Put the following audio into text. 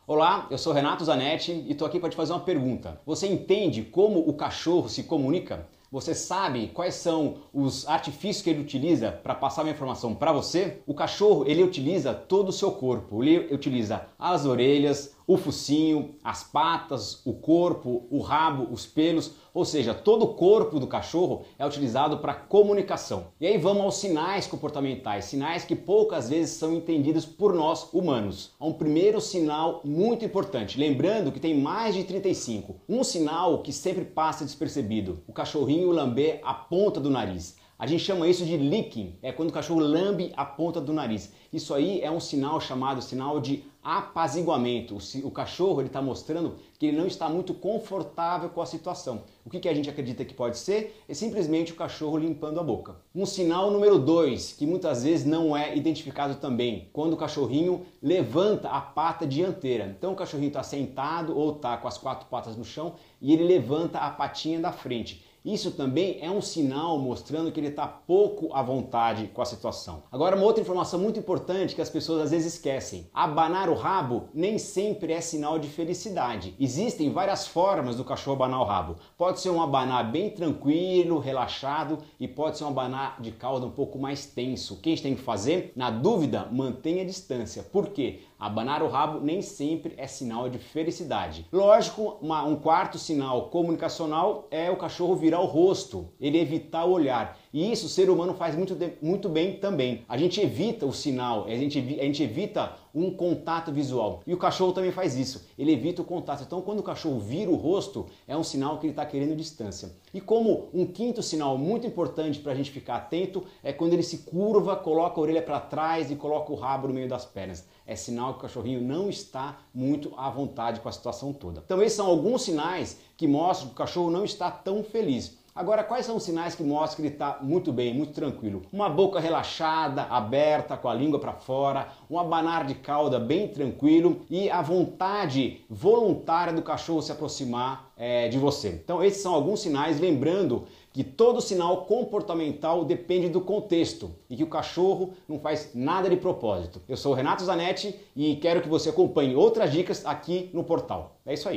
Olá, eu sou Renato Zanetti e estou aqui para te fazer uma pergunta. Você entende como o cachorro se comunica? Você sabe quais são os artifícios que ele utiliza para passar uma informação para você? O cachorro, ele utiliza todo o seu corpo. Ele utiliza as orelhas, o focinho, as patas, o corpo, o rabo, os pelos, ou seja, todo o corpo do cachorro é utilizado para comunicação. E aí vamos aos sinais comportamentais, sinais que poucas vezes são entendidos por nós humanos. Há um primeiro sinal muito importante, lembrando que tem mais de 35. Um sinal que sempre passa despercebido, o cachorrinho lamber a ponta do nariz. A gente chama isso de licking, é quando o cachorro lambe a ponta do nariz. Isso aí é um sinal chamado sinal de apaziguamento. O cachorro está mostrando que ele não está muito confortável com a situação. O que a gente acredita que pode ser? É simplesmente o cachorro limpando a boca. Um sinal número 2, que muitas vezes não é identificado também, quando o cachorrinho levanta a pata dianteira. Então o cachorrinho está sentado ou está com as 4 patas no chão e ele levanta a patinha da frente. Isso também é um sinal mostrando que ele está pouco à vontade com a situação. Agora, uma outra informação muito importante que as pessoas às vezes esquecem. Abanar o rabo nem sempre é sinal de felicidade. Existem várias formas do cachorro abanar o rabo. Pode ser um abanar bem tranquilo, relaxado, e pode ser um abanar de cauda um pouco mais tenso. O que a gente tem que fazer? Na dúvida, mantenha a distância. Por quê? Abanar o rabo nem sempre é sinal de felicidade. Lógico, um quarto sinal comunicacional é o cachorro virar o rosto, ele evitar o olhar. E isso o ser humano faz muito bem também. A gente evita o sinal, a gente evita um contato visual. E o cachorro também faz isso, ele evita o contato. Então quando o cachorro vira o rosto, é um sinal que ele está querendo distância. E como um quinto sinal muito importante para a gente ficar atento, é quando ele se curva, coloca a orelha para trás e coloca o rabo no meio das pernas. É sinal que o cachorrinho não está muito à vontade com a situação toda. Então esses são alguns sinais que mostram que o cachorro não está tão feliz. Agora, quais são os sinais que mostram que ele está muito bem, muito tranquilo? Uma boca relaxada, aberta, com a língua para fora, um abanar de cauda bem tranquilo e a vontade voluntária do cachorro se aproximar de você. Então, esses são alguns sinais, lembrando que todo sinal comportamental depende do contexto e que o cachorro não faz nada de propósito. Eu sou o Renato Zanetti e quero que você acompanhe outras dicas aqui no portal. É isso aí.